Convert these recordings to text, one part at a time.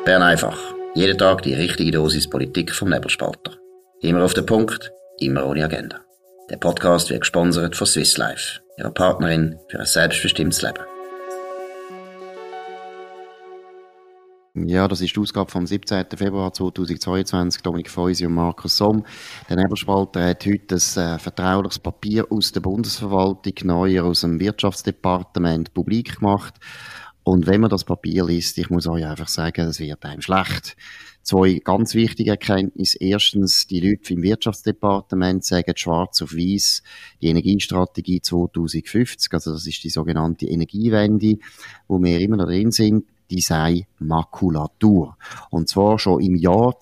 Bern einfach. Jeden Tag die richtige Dosis Politik vom Nebelspalter. Immer auf den Punkt, immer ohne Agenda. Der Podcast wird gesponsert von Swiss Life, ihrer Partnerin für ein selbstbestimmtes Leben. Ja, das ist die Ausgabe vom 17. Februar 2022. Dominik Feusi und Markus Somm. Der Nebelspalter hat heute ein vertrauliches Papier aus der Bundesverwaltung, neuer aus dem Wirtschaftsdepartement, publik gemacht. Und wenn man das Papier liest, ich muss euch einfach sagen, es wird einem schlecht. Zwei ganz wichtige Erkenntnisse. Erstens, die Leute im Wirtschaftsdepartement sagen schwarz auf weiß, die Energiestrategie 2050, also das ist die sogenannte Energiewende, wo wir immer noch drin sind, die sei Makulatur. Und zwar schon im Jahr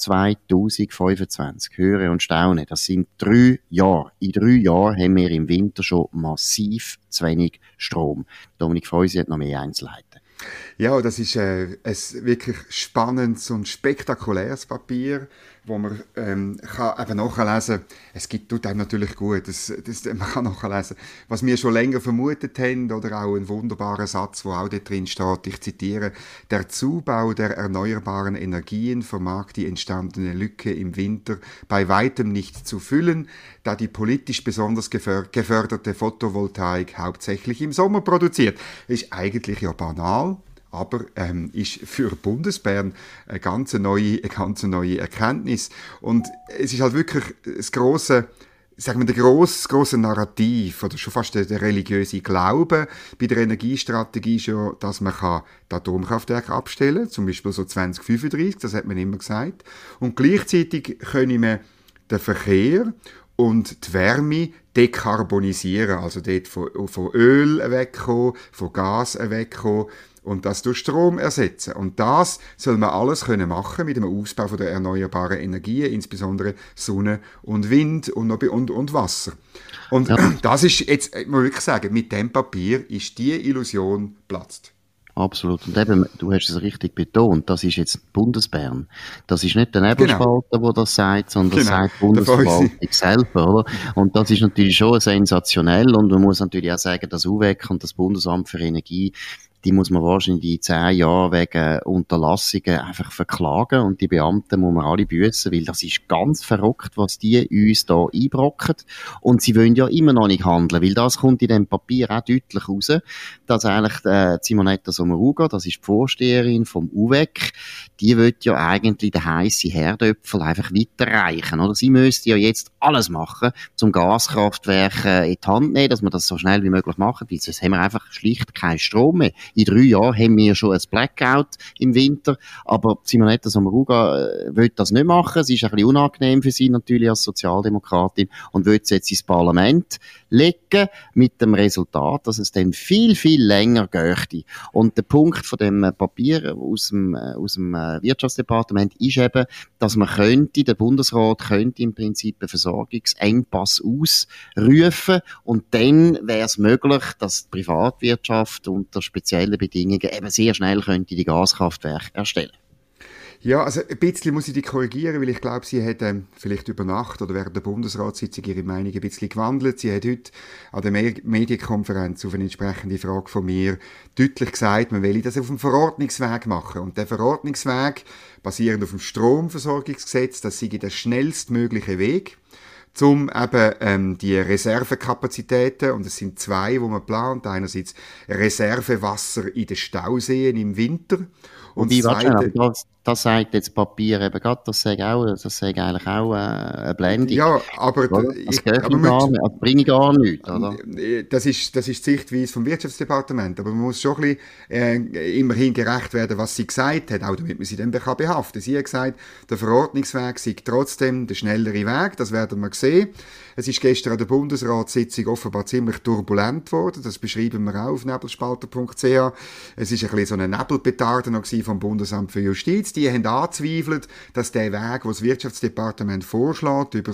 2025. Höre und staune. Das sind 3 Jahre. In 3 Jahren haben wir im Winter schon massiv zu wenig Strom. Dominik Feusi hat noch mehr Einzelheiten. Ja, das ist ein wirklich spannendes und spektakuläres Papier, wo man kann eben nachlesen kann. Es tut einem natürlich gut, man kann nachlesen, was wir schon länger vermutet haben, oder auch ein wunderbarer Satz, wo auch dort drin steht, ich zitiere: Der Zubau der erneuerbaren Energien vermag die entstandene Lücke im Winter bei weitem nicht zu füllen, da die politisch besonders geförderte Photovoltaik hauptsächlich im Sommer produziert. Ist eigentlich ja banal, aber ist für Bundesbern eine ganz neue Erkenntnis. Und es ist halt wirklich das grosse, sagen wir, der grosse Narrativ, oder schon fast der religiöse Glaube bei der Energiestrategie schon, dass man die Atomkraftwerke abstellen kann, zum Beispiel so 2035, das hat man immer gesagt. Und gleichzeitig können wir den Verkehr und die Wärme dekarbonisieren, also dort von Öl wegkommen, von Gas wegkommen und das durch Strom ersetzen. Und das soll man alles machen mit dem Ausbau von der erneuerbaren Energien, insbesondere Sonne und Wind und Wasser. Und das ist jetzt, muss ich wirklich sagen, mit dem Papier ist die Illusion geplatzt. Absolut. Und eben, du hast es richtig betont, das ist jetzt Bundesbern. Das ist nicht der Nebelspalter, der das sagt, sondern das sagt die Bundesverwaltung selber, oder? Und das ist natürlich schon sensationell, und man muss natürlich auch sagen, das UWEC und das Bundesamt für Energie, die muss man wahrscheinlich in 10 Jahren wegen Unterlassungen einfach verklagen, und die Beamten muss man alle büssen, weil das ist ganz verrückt, was die uns da einbrocken. Und sie wollen ja immer noch nicht handeln, weil das kommt in dem Papier auch deutlich raus, dass eigentlich Simonetta Sommaruga, das ist die Vorsteherin vom UWEC, die will ja eigentlich den heissen Herdöpfel einfach weiterreichen, oder? Sie müsste ja jetzt alles machen, zum Gaskraftwerk in die Hand nehmen, dass wir das so schnell wie möglich machen, weil sonst haben wir einfach schlicht keinen Strom mehr. In 3 Jahren haben wir schon ein Blackout im Winter, aber Simonetta Sommaruga will das nicht machen. Es ist ein bisschen unangenehm für sie natürlich als Sozialdemokratin und will es jetzt ins Parlament legen, mit dem Resultat, dass es dann viel, viel länger geht. Und der Punkt von dem Papier aus dem Wirtschaftsdepartement ist eben, dass der Bundesrat könnte im Prinzip einen Versorgungsengpass ausrufen, und dann wäre es möglich, dass die Privatwirtschaft unter speziellen Bedingungen eben sehr schnell könnte die Gaskraftwerke erstellen. Ja, also ein bisschen muss ich die korrigieren, weil ich glaube, sie hat vielleicht über Nacht oder während der Bundesratssitzung ihre Meinung ein bisschen gewandelt. Sie hat heute an der Medienkonferenz auf eine entsprechende Frage von mir deutlich gesagt, man will das auf dem Verordnungsweg machen. Und der Verordnungsweg, basierend auf dem Stromversorgungsgesetz, das sei der schnellstmögliche Weg, um eben die Reservekapazitäten, und es sind 2, wo man plant, einerseits Reservewasser in den Stauseen im Winter, und das sagt jetzt Papier eben gerade, das sei eigentlich auch eine Blendung. Ja, aber das bringe ich gar nichts, oder? Das ist die Sichtweise vom Wirtschaftsdepartement, aber man muss schon ein bisschen immerhin gerecht werden, was sie gesagt hat, auch damit man sie dann behaften kann. Sie hat gesagt, der Verordnungsweg sei trotzdem der schnellere Weg, das werden wir sehen. Es ist gestern an der Bundesratssitzung offenbar ziemlich turbulent geworden, das beschreiben wir auch auf nebelspalter.ch. Es ist ein bisschen so eine Nebelpetarde noch vom Bundesamt für Justiz. Die haben angezweifelt, dass der Weg, den das Wirtschaftsdepartement vorschlägt, über das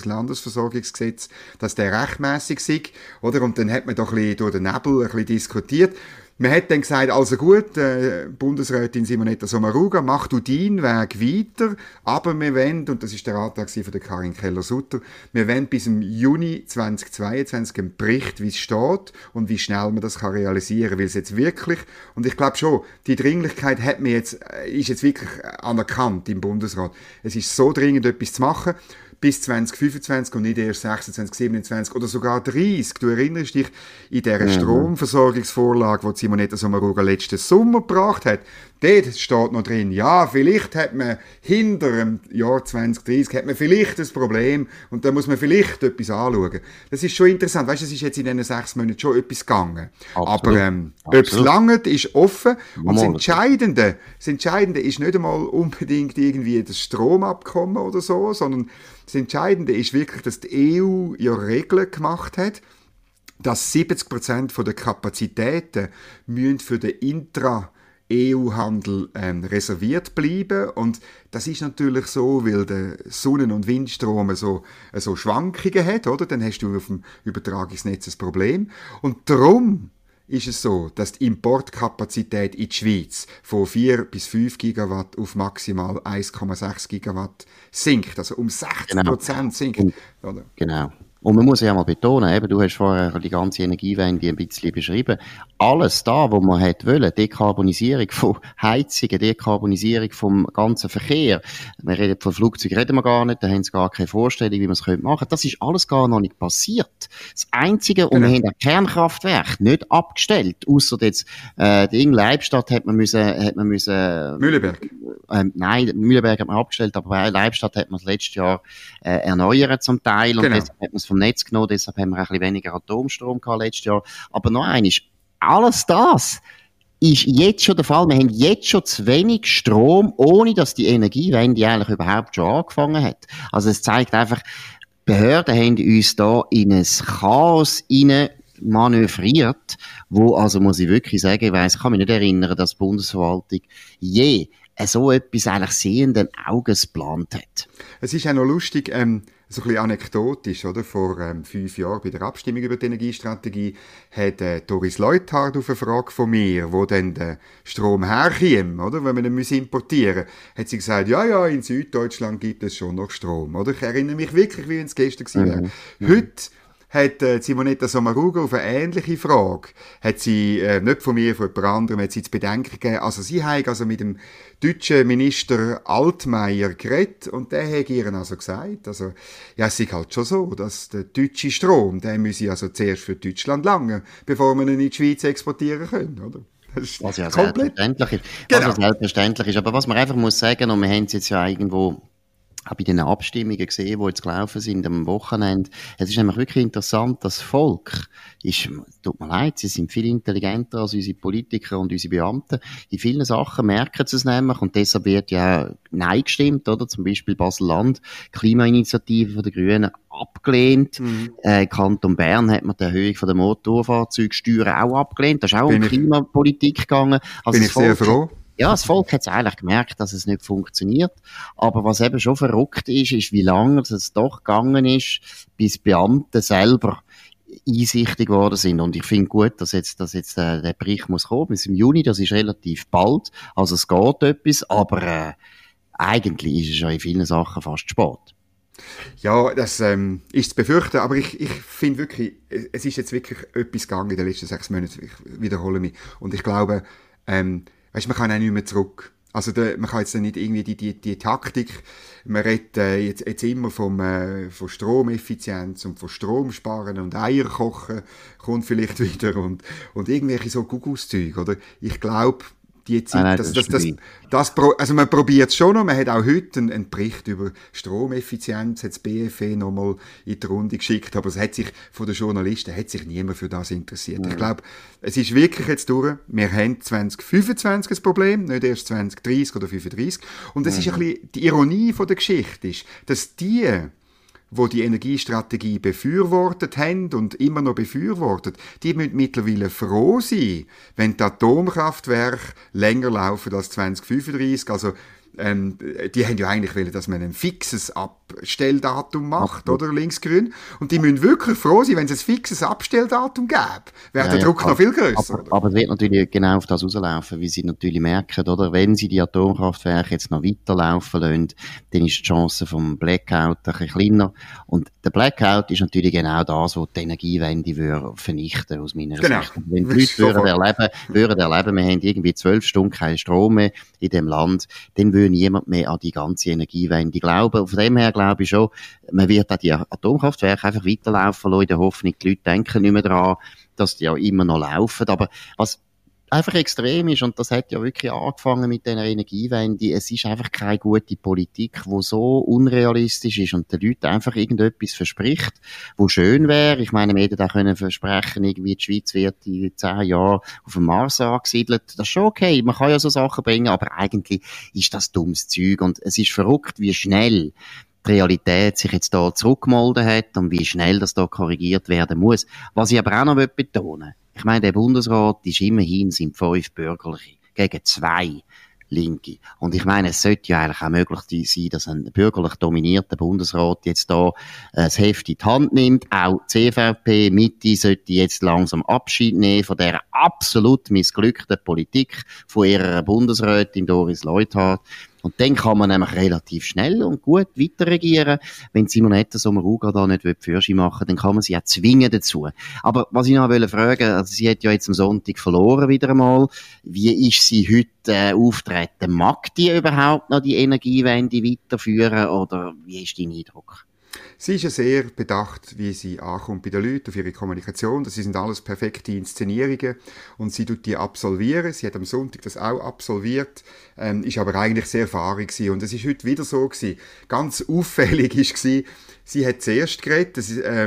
Landesversorgungsgesetz, dass der rechtmäßig sei, oder? Und dann hat man doch ein bisschen durch den Nebel ein bisschen diskutiert. Man hat dann gesagt, also gut, Bundesrätin Simonetta Sommaruga, mach du deinen Weg weiter, aber wir wollen, und das ist der Antrag von der Karin Keller-Sutter, wir wollen bis im Juni 2022 einen Bericht, wie es steht und wie schnell man das kann realisieren kann, weil es jetzt wirklich, und ich glaube schon, die Dringlichkeit ist jetzt wirklich anerkannt im Bundesrat. Es ist so dringend, etwas zu machen, bis 2025 und nicht erst 26, 27 oder sogar 30. Du erinnerst dich in dieser Stromversorgungsvorlage, die Simonetta Sommaruga letzten Sommer gebracht hat. Dort steht noch drin, ja, vielleicht hat man hinter dem Jahr 2030 hat man vielleicht ein Problem und da muss man vielleicht etwas anschauen. Das ist schon interessant. Weißt du, es ist jetzt in diesen 6 Monaten schon etwas gegangen. Absolut. Aber ob es langt, ist offen. Und das Entscheidende ist nicht einmal unbedingt irgendwie das Stromabkommen oder so, sondern das Entscheidende ist wirklich, dass die EU ja Regeln gemacht hat, dass 70% der Kapazitäten müssen für den Intra-EU-Handel reserviert bleiben. Und das ist natürlich so, weil der Sonnen- und Windstrom so Schwankungen hat, oder? Dann hast du auf dem Übertragungsnetz ein Problem. Und darum ist es so, dass die Importkapazität in die Schweiz von 4 bis 5 Gigawatt auf maximal 1,6 Gigawatt sinkt. Also um 60% sinkt. Oder? Genau. Und man muss ja mal betonen, eben, du hast vorher die ganze Energiewende ein bisschen beschrieben. Alles da, wo man hat wollen, Dekarbonisierung von Heizungen, Dekarbonisierung vom ganzen Verkehr. Wir reden von Flugzeugen, reden wir gar nicht, da haben sie gar keine Vorstellung, wie man es machen könnte. Das ist alles gar noch nicht passiert. Das Einzige, und wir haben ein Kernkraftwerk nicht abgestellt, ausser jetzt, die Leibstadt hat man müssen Mühleberg. Nein, Mühleberg hat man abgestellt, aber bei Leibstadt hat man das letztes Jahr erneuert zum Teil, und deshalb hat man es vom Netz genommen, deshalb haben wir ein bisschen weniger Atomstrom gehabt letztes Jahr. Aber noch eines, alles das ist jetzt schon der Fall. Wir haben jetzt schon zu wenig Strom, ohne dass die Energiewende eigentlich überhaupt schon angefangen hat. Also es zeigt einfach, Behörden haben uns da in ein Chaos manövriert, wo, also muss ich wirklich sagen, ich kann mich nicht erinnern, dass die Bundesverwaltung je so etwas eigentlich sehenden Auges geplant hat. Es ist auch noch lustig, so ein bisschen anekdotisch, oder? Vor 5 Jahren bei der Abstimmung über die Energiestrategie hat Doris Leuthard auf eine Frage von mir, wo denn der Strom herkäme, oder? Wenn man ihn importieren muss, hat sie gesagt, ja, in Süddeutschland gibt es schon noch Strom, oder? Ich erinnere mich wirklich, wie es gestern gewesen wäre. Heute hat Simonetta Sommaruga auf eine ähnliche Frage, hat sie, nicht von mir, von jemand anderem, hat sie zu bedenken gegeben, also sie hat also mit dem deutschen Minister Altmaier geredet und der hat ihr also gesagt, also, ja, es ist halt schon so, dass der deutsche Strom, der müsse also zuerst für Deutschland langen, bevor wir ihn in die Schweiz exportieren können, oder? Was ja selbstverständlich ist. Genau. Was ja selbstverständlich ist. Aber was man einfach muss sagen, und wir haben es jetzt ja irgendwo auch bei den Abstimmungen gesehen, die jetzt gelaufen sind am Wochenende. Es ist nämlich wirklich interessant, das Volk ist, tut mir leid, sie sind viel intelligenter als unsere Politiker und unsere Beamten. In vielen Sachen merken sie es nämlich, und deshalb wird ja Nein gestimmt, oder? Zum Beispiel Basel-Land, Klimainitiative von den Grünen abgelehnt. Kanton Bern hat man die Erhöhung von der Motorfahrzeugsteuer auch abgelehnt. Das ist auch um Klimapolitik gegangen. Also bin ich sehr froh. Ja, das Volk hat es eigentlich gemerkt, dass es nicht funktioniert. Aber was eben schon verrückt ist, wie lange es doch gegangen ist, bis Beamte selber einsichtig geworden sind. Und ich finde gut, dass jetzt der Bericht muss kommen. Bis im Juni, das ist relativ bald. Also es geht etwas, aber eigentlich ist es schon in vielen Sachen fast spät. Ja, das ist zu befürchten, aber ich finde wirklich, es ist jetzt wirklich etwas gegangen in den letzten 6 Monaten. Ich wiederhole mich. Und ich glaube, weißt, man kann auch nicht mehr zurück. Also man kann jetzt nicht irgendwie die Taktik, man redet jetzt immer von Stromeffizienz und von Stromsparen und Eier kochen, kommt vielleicht wieder und irgendwelche so Gugus-Zeug, oder? Ich glaube, die Zeit, also man probiert es schon noch, man hat auch heute einen Bericht über Stromeffizienz, hat das BFE nochmal in die Runde geschickt, aber es hat sich von den Journalisten, niemand für das interessiert. Ich glaube, es ist wirklich jetzt durch, wir haben 2025 ein Problem, nicht erst 2030 oder 2035, und das ist ein bisschen die Ironie von der Geschichte, ist, dass die Energiestrategie befürwortet haben und immer noch befürwortet, die müssen mittlerweile froh sein, wenn die Atomkraftwerke länger laufen als 2035. Also, die haben ja eigentlich wollen, dass man ein fixes Abstelldatum macht, oder? Linksgrün. Und die müssen wirklich froh sein, wenn es ein fixes Abstelldatum gäbe. Wäre der Druck noch viel grösser. Aber es wird natürlich genau auf das rauslaufen, wie sie natürlich merken, oder? Wenn sie die Atomkraftwerke jetzt noch weiterlaufen lassen, dann ist die Chance vom Blackout ein bisschen kleiner. Und der Blackout ist natürlich genau das, was die Energiewende vernichten aus meiner Sicht. Wenn die Leute würden erleben, wir haben irgendwie 12 Stunden keinen Strom mehr in dem Land, dann würde niemand mehr an die ganze Energiewende glauben. Von dem her glaube ich schon, man wird auch die Atomkraftwerke einfach weiterlaufen lassen, in der Hoffnung, die Leute denken nicht mehr daran, dass die ja immer noch laufen. Aber was einfach extrem ist, und das hat ja wirklich angefangen mit dieser Energiewende, es ist einfach keine gute Politik, die so unrealistisch ist und den Leuten einfach irgendetwas verspricht, wo schön wäre. Ich meine, wir hätten auch können versprechen, irgendwie die Schweiz wird in 10 Jahren auf dem Mars angesiedelt. Das ist schon okay, man kann ja so Sachen bringen, aber eigentlich ist das dummes Zeug und es ist verrückt, wie schnell die Realität sich jetzt da zurückgemolden hat und wie schnell das da korrigiert werden muss. Was ich aber auch noch betonen will, ich meine, der Bundesrat ist immerhin, sind 5 Bürgerliche gegen 2 Linke. Und ich meine, es sollte ja eigentlich auch möglich sein, dass ein bürgerlich dominierter Bundesrat jetzt da das Heft in die Hand nimmt. Auch die CVP Mitte sollte jetzt langsam Abschied nehmen von der absolut missglückten Politik von ihrer Bundesrätin Doris Leuthard. Und dann kann man nämlich relativ schnell und gut weiterregieren. Wenn Simonetta Sommaruga da nicht Fürschi machen will, dann kann man sie auch zwingen dazu. Aber was ich noch fragen, also sie hat ja jetzt am Sonntag verloren wieder einmal. Wie ist sie heute auftreten? Mag die überhaupt noch die Energiewende weiterführen oder wie ist dein Eindruck? Sie ist ja sehr bedacht, wie sie ankommt bei den Leuten, auf ihre Kommunikation. Das sind alles perfekte Inszenierungen und sie tut die absolvieren. Sie hat am Sonntag das auch absolviert, ist aber eigentlich sehr erfahren gewesen. Und es ist heute wieder so gewesen. Ganz auffällig ist gewesen, sie hat zuerst geredet,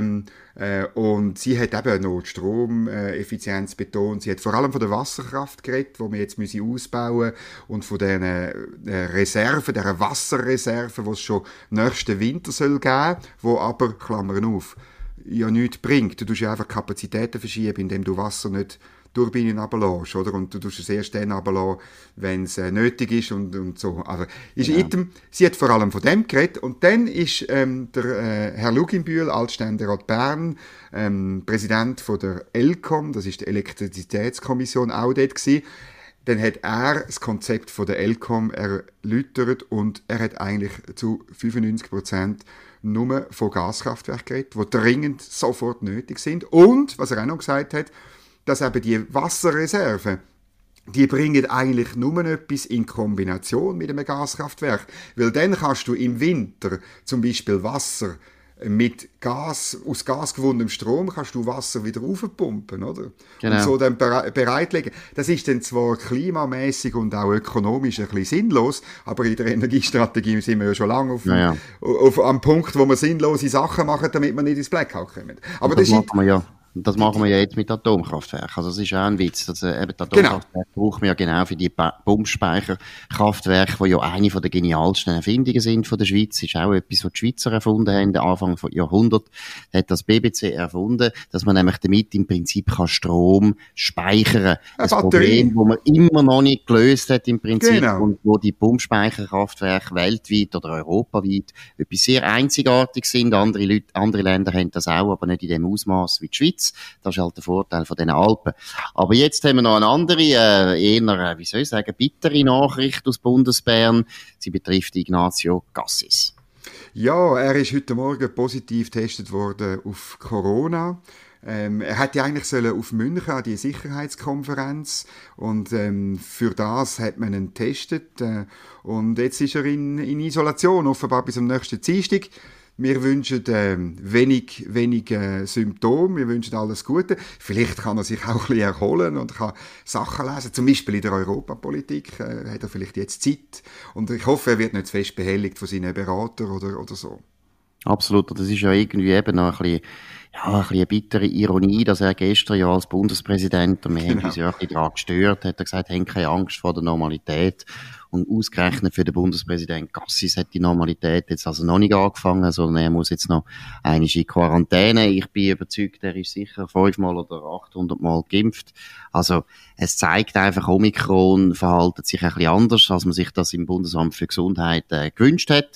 und sie hat eben noch die Stromeffizienz betont. Sie hat vor allem von der Wasserkraft geredet, die wir jetzt ausbauen müssen, und von diesen Reserven, dieser Wasserreserven, die es schon nächsten Winter soll geben, wo aber, Klammern auf, ja nichts bringt. Du tust ja einfach Kapazitäten verschieben, indem du Wasser nicht Turbinen runterlässt, oder? Und du tust es erst dann runterlassen, wenn es nötig ist und so. Also, sie hat vor allem von dem geredet. Und dann ist der Herr Luginbühl, Altständerat Bern, Präsident von der ElCom, das ist die Elektrizitätskommission, auch dort gewesen. Dann hat er das Konzept von der ElCom erläutert und er hat eigentlich zu 95% nur von Gaskraftwerken geredet, die dringend sofort nötig sind. Und, was er auch noch gesagt hat, dass eben die Wasserreserven, die bringen eigentlich nur etwas in Kombination mit einem Gaskraftwerk. Weil dann kannst du im Winter zum Beispiel Wasser mit Gas, aus Gas gewonnenem Strom, kannst du Wasser wieder aufpumpen, oder? Genau. Und so dann bereitlegen. Das ist dann zwar klimamäßig und auch ökonomisch ein bisschen sinnlos, aber in der Energiestrategie sind wir ja schon lange am Punkt, wo wir sinnlose Sachen machen, damit wir nicht ins Blackout kommen. Aber das machen wir ja. Das machen wir ja jetzt mit Atomkraftwerken. Also, das ist auch ein Witz. Dass, eben die Atomkraftwerke brauchen wir ja genau für die Pumpspeicherkraftwerke, die ja eine der genialsten Erfindungen sind von der Schweiz. Das ist auch etwas, was die Schweizer erfunden haben, Anfang des Jahrhunderts. Hat das BBC erfunden, dass man nämlich damit im Prinzip Strom speichern kann. Ein Problem, das man immer noch nicht gelöst hat im Prinzip. Genau. Und wo die Pumpspeicherkraftwerke weltweit oder europaweit etwas sehr Einzigartiges sind. Andere Länder haben das auch, aber nicht in dem Ausmaß wie die Schweiz. Das ist halt der Vorteil von diesen Alpen. Aber jetzt haben wir noch eine andere, eher, wie soll ich sagen, bittere Nachricht aus Bundesbern. Sie betrifft Ignacio Cassis. Ja, er ist heute Morgen positiv getestet worden auf Corona. Er hätte ja eigentlich auf München an die Sicherheitskonferenz und für das hat man ihn getestet und jetzt ist er in Isolation, offenbar bis am nächsten Dienstag. Wir wünschen wenig Symptome, wir wünschen alles Gute. Vielleicht kann er sich auch ein bisschen erholen und kann Sachen lesen, zum Beispiel in der Europapolitik hat er vielleicht jetzt Zeit. Und ich hoffe, er wird nicht zu fest behelligt von seinen Beratern oder so. Absolut, das ist ja irgendwie eben noch ein bisschen eine bittere Ironie, dass er gestern ja als Bundespräsident, und wir haben uns ja ein bisschen daran gestört, hat er gesagt, haben keine Angst vor der Normalität. Und ausgerechnet für den Bundespräsident Cassis hat die Normalität jetzt also noch nicht angefangen, sondern er muss jetzt noch einmal in Quarantäne. Ich bin überzeugt, er ist sicher 5-mal oder 800-mal geimpft. Also, es zeigt einfach, Omikron verhaltet sich ein bisschen anders, als man sich das im Bundesamt für Gesundheit gewünscht hat.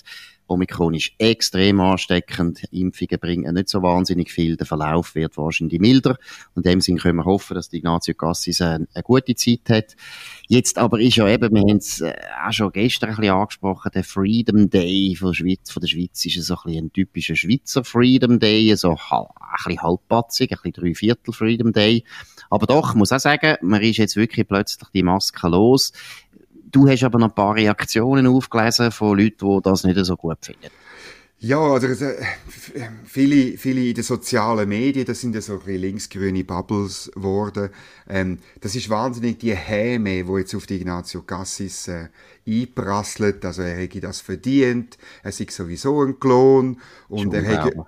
Omikron ist extrem ansteckend. Impfungen bringen nicht so wahnsinnig viel. Der Verlauf wird wahrscheinlich milder. Und in dem Sinne können wir hoffen, dass Ignazio Cassis eine gute Zeit hat. Jetzt aber ist ja eben, wir haben es auch schon gestern ein bisschen angesprochen, der Freedom Day von der Schweiz ist so ein bisschen ein typischer Schweizer Freedom Day, so ein bisschen halbpatzig, ein bisschen 3/4 Freedom Day. Aber doch, ich muss auch sagen, man ist jetzt wirklich plötzlich die Maske los. Du hast aber noch ein paar Reaktionen aufgelesen von Leuten, die das nicht so gut finden. Ja, also viele in den sozialen Medien, das sind ja so linksgrüne Bubbles geworden. Das ist wahnsinnig die Häme, die jetzt auf die Ignazio Cassis einprasselt. Also er hätte das verdient, er sei sowieso ein Klon und er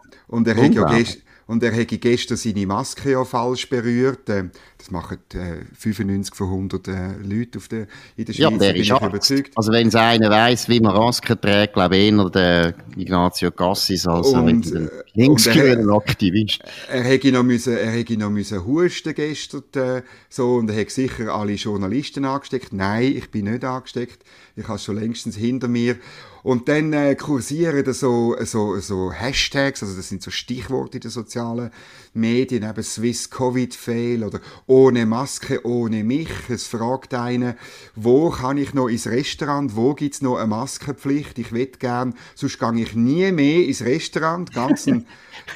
hätte gestern seine Maske ja falsch berührt. Das machen 95 von 100 Leute in der Schweiz. Ja, der ist überzeugt. Also wenn es einer weiss, wie man Masken trägt, glaube ich eher der Ignazio Cassis als ein linksgrüner Aktivist. Er hätte noch müssen husten gestern, so, und er hätte sicher alle Journalisten angesteckt. Nein, ich bin nicht angesteckt. Ich habe es schon längstens hinter mir. Und dann kursieren so Hashtags, also das sind so Stichworte in den sozialen Medien, eben Swiss Covid Fail oder ohne Maske, ohne mich. Es fragt einen, wo kann ich noch ins Restaurant, wo gibt's noch eine Maskenpflicht? Ich will gern, sonst gehe ich nie mehr ins Restaurant. Ganz ein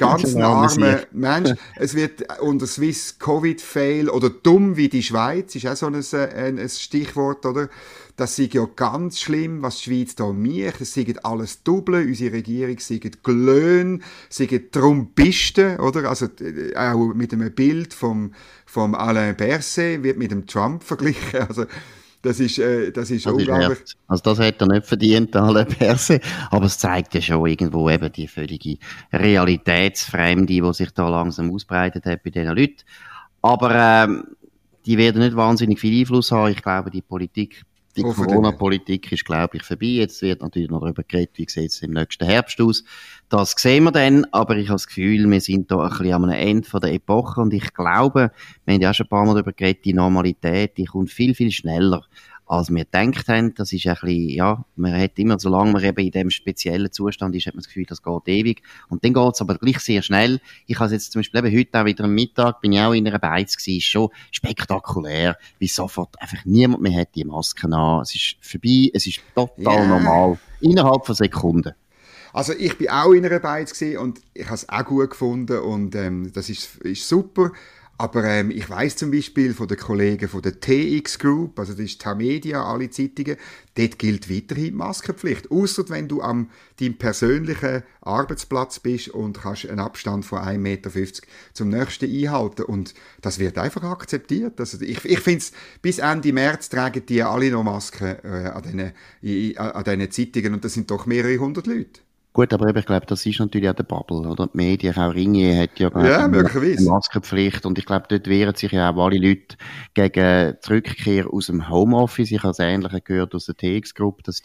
armer Mensch. Es wird unter Swiss Covid Fail oder dumm wie die Schweiz, ist auch so ein Stichwort, oder? Das sei ja ganz schlimm, was die Schweiz da macht. Es sei alles Double, unsere Regierung sei Glöhn, sei Trumpisten, oder? Also, auch mit einem Bild vom Alain Berset wird mit dem Trump verglichen. Also, das ist unglaublich. Also, das hat er nicht verdient, Alain Berset. Aber es zeigt ja schon irgendwo eben die völlige Realitätsfremde, die sich da langsam ausbreitet hat bei diesen Leuten. Aber, die werden nicht wahnsinnig viel Einfluss haben. Ich glaube, die Corona-Politik ist, glaube ich, vorbei. Jetzt wird natürlich noch darüber geredet, wie sieht es im nächsten Herbst aus. Das sehen wir dann, aber ich habe das Gefühl, wir sind da ein bisschen am Ende der Epoche und ich glaube, wir haben ja auch schon ein paar Mal darüber geredet, die Normalität, die kommt viel, viel schneller, als wir gedacht haben. Das ist ein bisschen, ja, man hat immer, solange man eben in diesem speziellen Zustand ist, hat man das Gefühl, das geht ewig. Und dann geht es aber gleich sehr schnell. Ich habe jetzt zum Beispiel eben heute auch wieder am Mittag, bin ich auch in einer Beiz gewesen, ist schon spektakulär, wie sofort einfach niemand mehr hat die Masken an. Es ist vorbei, es ist total normal. Innerhalb von Sekunden. Also ich bin auch in einer Beiz gewesen und ich habe es auch gut gefunden und das ist super. Aber ich weiss zum Beispiel von den Kollegen von der TX Group, also das ist Tamedia, alle Zeitungen, dort gilt weiterhin die Maskenpflicht. Ausser wenn du an deinem persönlichen Arbeitsplatz bist und kannst einen Abstand von 1,50 Meter zum nächsten einhalten. Und das wird einfach akzeptiert. Also ich finde es, bis Ende März tragen die alle noch Masken an diesen Zeitungen und das sind doch mehrere hundert Leute. Gut, aber ich glaube, das ist natürlich auch der Bubble, oder? Die Medien, auch Ringier hat ja eine Maskenpflicht und ich glaube, dort wehren sich ja auch alle Leute gegen die Rückkehr aus dem Homeoffice. Ich habe das Ähnliche gehört aus der TX-Gruppe, dass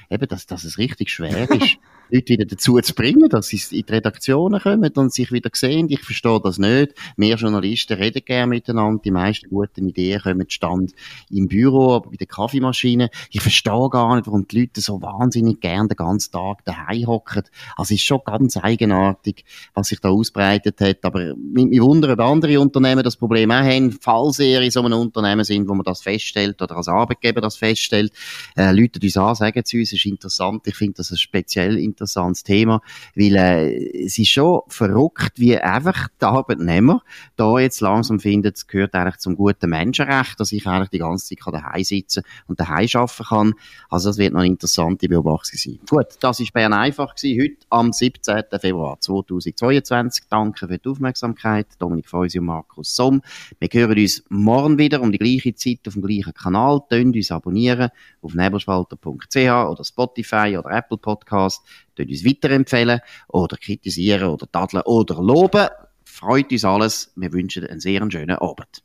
es richtig schwer ist, Leute wieder dazu zu bringen, dass sie in die Redaktionen kommen und sich wieder sehen. Ich verstehe das nicht. Mehr Journalisten reden gerne miteinander. Die meisten guten Ideen kommen zustande im Büro, aber bei der Kaffeemaschine. Ich verstehe gar nicht, warum die Leute so wahnsinnig gerne den ganzen Tag daheim hocken. Also es ist schon ganz eigenartig, was sich da ausbreitet hat. Aber mich wundern, ob andere Unternehmen das Problem auch haben, falls sie in so einem Unternehmen sind, wo man das feststellt oder als Arbeitgeber das feststellt. Leute uns an, sagen zu uns, es ist interessant. Ich finde das ein speziell interessantes Thema, weil es ist schon verrückt, wie einfach die Arbeitnehmer da jetzt langsam finden, es gehört eigentlich zum guten Menschenrecht, dass ich eigentlich die ganze Zeit daheim sitzen und daheim arbeiten kann. Also das wird noch eine interessante Beobachtung sein. Gut, das war Bern einfach gewesen, heute am 17. Februar 2022. Danke für die Aufmerksamkeit. Dominik Feusi und Markus Somm. Wir hören uns morgen wieder um die gleiche Zeit auf dem gleichen Kanal. Tönt uns abonnieren auf nebelspalter.ch oder Spotify oder Apple Podcast. Tönt uns weiterempfehlen oder kritisieren oder tadeln oder loben. Freut uns alles. Wir wünschen einen sehr schönen Abend.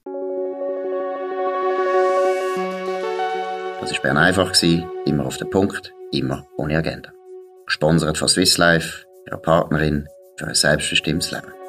Das war Bern einfach, immer auf den Punkt, immer ohne Agenda. Gesponsert von Swiss Life, ihrer Partnerin für ein selbstbestimmtes Leben.